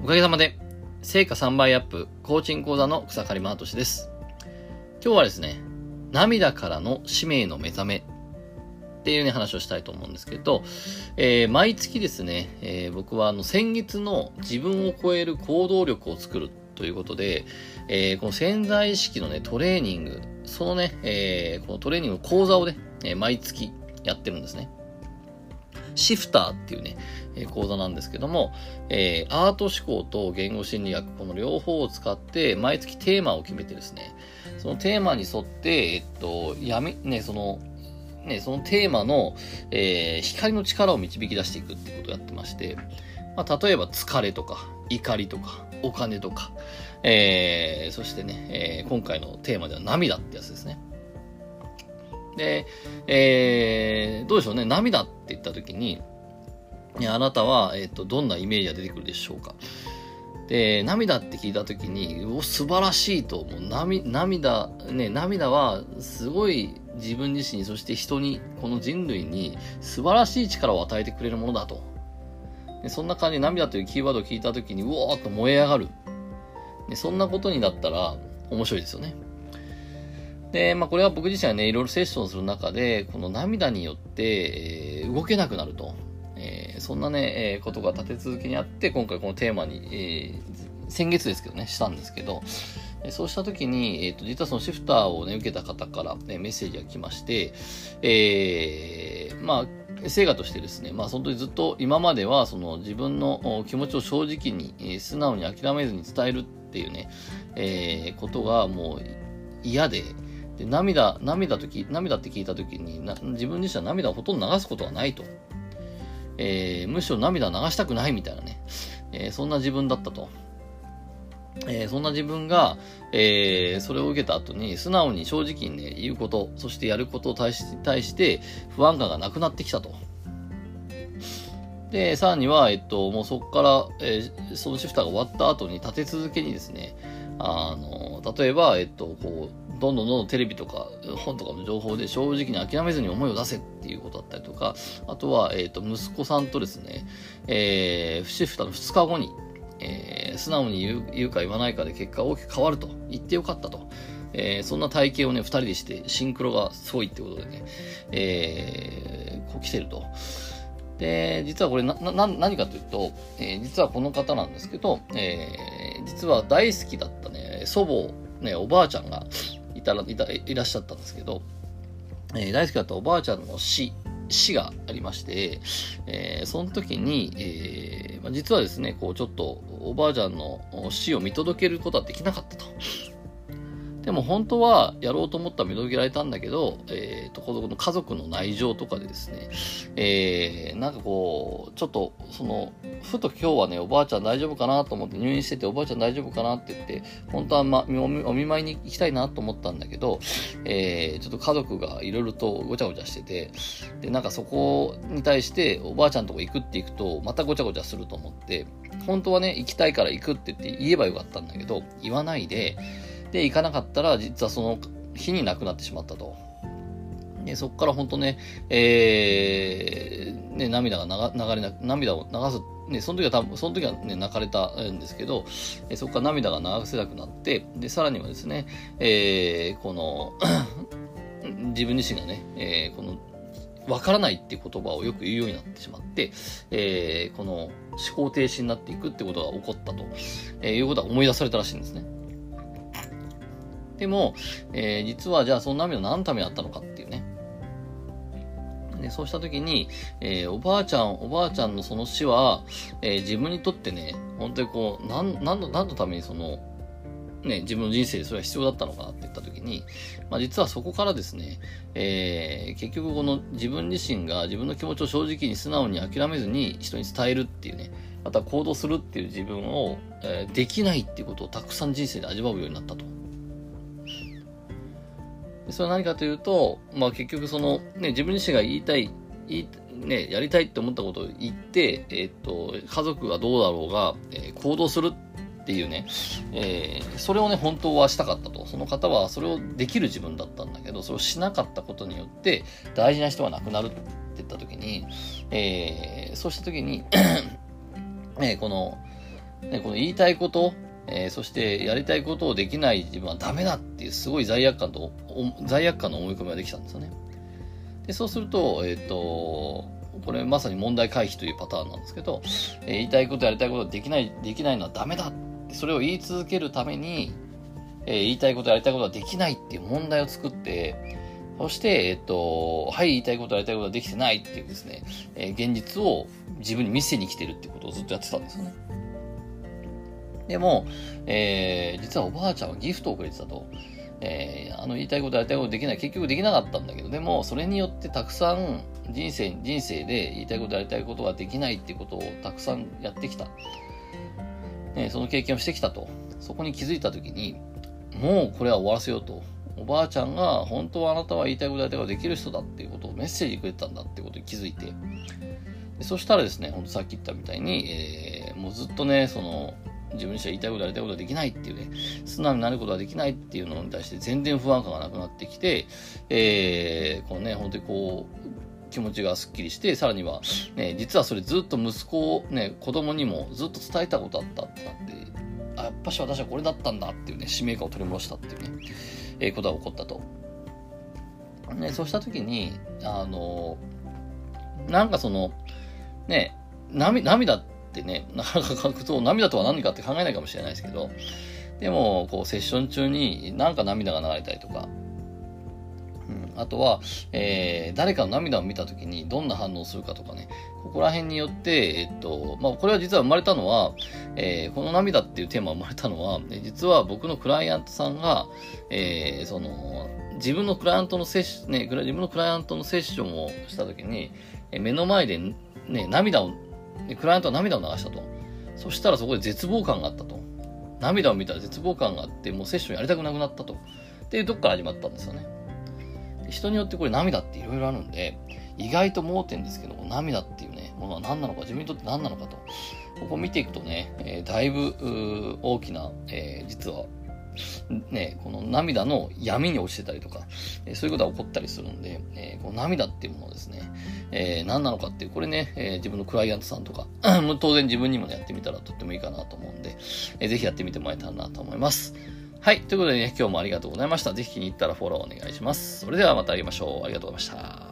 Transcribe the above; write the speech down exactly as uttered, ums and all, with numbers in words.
かげさまで成果さんばいアップコーチング講座の草刈真俊です。今日はですね、涙からの使命の目覚めっていうね話をしたいと思うんですけど、えー、毎月ですね、えー、僕はあの先月の自分を超える行動力を作るということで、えー、この潜在意識のねトレーニング、そのね、えー、このトレーニングの講座をね、えー、毎月やってるんですね。シフターっていうね、えー、講座なんですけども、えー、アート思考と言語心理学、この両方を使って毎月テーマを決めてですね、そのテーマに沿って、えっと、闇、ね、その、ね、そのテーマの、えー、光の力を導き出していくっていうことをやってまして、まあ、例えば疲れとか、怒りとか、お金とか、えー、そしてね、えー、今回のテーマでは涙ってやつですね。で、えー、どうでしょうね、涙って言ったときに、あなたは、えっと、どんなイメージが出てくるでしょうか。で、涙って聞いたときに、お、素晴らしいと、もう涙、涙、ね、涙はすごい自分自身、そして人に、この人類に素晴らしい力を与えてくれるものだと。でそんな感じで涙というキーワードを聞いたときに、うおーっと燃え上がる。でそんなことになったら面白いですよね。で、まあこれは僕自身はね、いろいろセッションする中で、この涙によって、えー、動けなくなると。えー、そんなね、えー、ことが立て続けにあって、今回このテーマに、えー、先月ですけどね、したんですけど、えー、そうした時に、えっと、実はそのシフターをね、受けた方から、ね、メッセージが来まして、えー、まあ、成果としてですね、まあ本当にずっと今まではその自分の気持ちを正直に、えー、素直に諦めずに伝えるっていうね、えー、ことがもう嫌で、で涙、涙とき、涙って聞いたときにな、自分自身は涙をほとんど流すことはないと。えー、むしろ涙を流したくないみたいなね、えー、そんな自分だったと。えー、そんな自分が、えー、それを受けた後に素直に正直にね、言うこと、そしてやることを対し、対して不安感がなくなってきたと。で、さらには、えっと、もうそこから、えー、そのシフターが終わった後に立て続けにですね、あの、例えば、えっと、こう、どんどんどんどんテレビとか本とかの情報で正直に諦めずに思いを出せっていうことだったりとか、あとは、えっと、息子さんとですね、えー、シフターのふつかごに、えー、素直に言う、言うか言わないかで結果が大きく変わると。言ってよかったと。えー、そんな体験をね、二人でして、シンクロがすごいってことでね、えー、こう来てると。で、実はこれな、な、何かというと、えー、実はこの方なんですけど、えー、実は大好きだったね、祖母、ね、おばあちゃんがいたら、いた、いらっしゃったんですけど、えー、大好きだったおばあちゃんの死、死がありまして、えー、その時に、えーまあ、実はですね、こうちょっとおばあちゃんの死を見届けることはできなかったと。でも本当はやろうと思ったら見届けられたんだけど、えーと、この家族の内情とかでですね、えー、なんかこう、ちょっと、その、ふと今日はね、おばあちゃん大丈夫かなと思って入院してて、おばあちゃん大丈夫かなって言って、本当は、ま、お見、お見舞いに行きたいなと思ったんだけど、えー、ちょっと家族がいろいろとごちゃごちゃしてて、で、なんかそこに対して、おばあちゃんとこ行くって行くと、またごちゃごちゃすると思って、本当はね、行きたいから行くって言って言えばよかったんだけど、言わないで、で、行かなかったら、実はその日に亡くなってしまったと。で、そこから本当ね、えー、ね、涙が流流れな、涙を流す、ね、その時は多分、その時はね、泣かれたんですけど、えそこから涙が流せなくなって、で、さらにはですね、えー、この、自分自身がね、えー、この、わからないっていう言葉をよく言うようになってしまって、えー、この思考停止になっていくってことが起こったと、えー、いうことは思い出されたらしいんですね。でも、えー、実はじゃあその涙何のためだったのかっていうね。でそうしたときに、えー、おばあちゃん、おばあちゃんのその死は、えー、自分にとってね、本当にこう、なん、なんの、何のためにその、ね、自分の人生でそれは必要だったのかなって言ったときに、まあ実はそこからですね、えー、結局この自分自身が自分の気持ちを正直に素直に諦めずに人に伝えるっていうね、また行動するっていう自分を、えー、できないっていうことをたくさん人生で味わうようになったと。それは何かというと、まあ結局その、ね、自分自身が言いたい、言い、ね、やりたいって思ったことを言って、えーっと、家族がどうだろうが、えー、行動するっていうね、えー、それをね、本当はしたかったと。その方はそれをできる自分だったんだけど、それをしなかったことによって、大事な人が亡くなるって言った時に、えー、そうした時に、えー、この、 ね、この言いたいこと、えー、そしてやりたいことをできない自分はダメだっていうすごい罪悪感と、罪悪感の思い込みができたんですよね。で、そうすると、えっと、これまさに問題回避というパターンなんですけど、えー、言いたいことやりたいことができない、できないのはダメだって、それを言い続けるために、えー、言いたいことやりたいことができないっていう問題を作って、そして、えっと、はい、言いたいことやりたいことができてないっていうですね、えー、現実を自分に見せに来てるっていうことをずっとやってたんですよね。でも、えー、実はおばあちゃんはギフトをくれてたと。えー、あの言いたいことやりたいことできない、結局できなかったんだけど、でもそれによってたくさん人生、人生で言いたいことやりたいことができないっていうことをたくさんやってきた。ね、その経験をしてきたと。そこに気づいたときに、もうこれは終わらせようと。おばあちゃんが本当はあなたは言いたいことやりたいことができる人だっていうことをメッセージくれたんだっていうことに気づいて。でそしたらですね、ほんとさっき言ったみたいに、えー、もうずっとね、その、自分にして言いたいことやりたいことができないっていうね、素直になることができないっていうのに対して全然不安感がなくなってきて、えー、このね、本当にこう、気持ちがスッキリして、さらには、ね、実はそれずっと息子をね、子供にもずっと伝えたことあったってなって、あ、やっぱし私はこれだったんだっていうね、使命感を取り戻したっていうね、えー、ことが起こったと。ね、そうしたときに、あの、なんかその、ね、涙、涙って、ってね、なかなか書くと涙とは何かって考えないかもしれないですけど、でも、こう、セッション中になんか涙が流れたりとか、うん、あとは、えー、誰かの涙を見たときにどんな反応をするかとかね、ここら辺によって、えっと、まあ、これは実は生まれたのは、えー、この涙っていうテーマが生まれたのは、実は僕のクライアントさんが、えー、その、自分のクライアントのセッション、ね、自分のクライアントのセッションをしたときに、目の前でね、涙をで、クライアントは涙を流したと。そしたらそこで絶望感があったと。涙を見たら絶望感があって、もうセッションやりたくなくなったと。っていうとこから始まったんですよね。人によってこれ涙っていろいろあるんで、意外と盲点ですけども、涙っていうね、ものは何なのか、自分にとって何なのかと。ここを見ていくとね、えー、だいぶ大きな、えー、実は、ね、この涙の闇に落ちてたりとか、えー、そういうことが起こったりするんで、えー、この涙っていうものをですね、えー、何なのかっていう、これね、えー、自分のクライアントさんとか、当然自分にも、ね、やってみたらとってもいいかなと思うんで、えー、ぜひやってみてもらえたらなと思います。はい。ということでね、今日もありがとうございました。ぜひ気に入ったらフォローお願いします。それではまた会いましょう。ありがとうございました。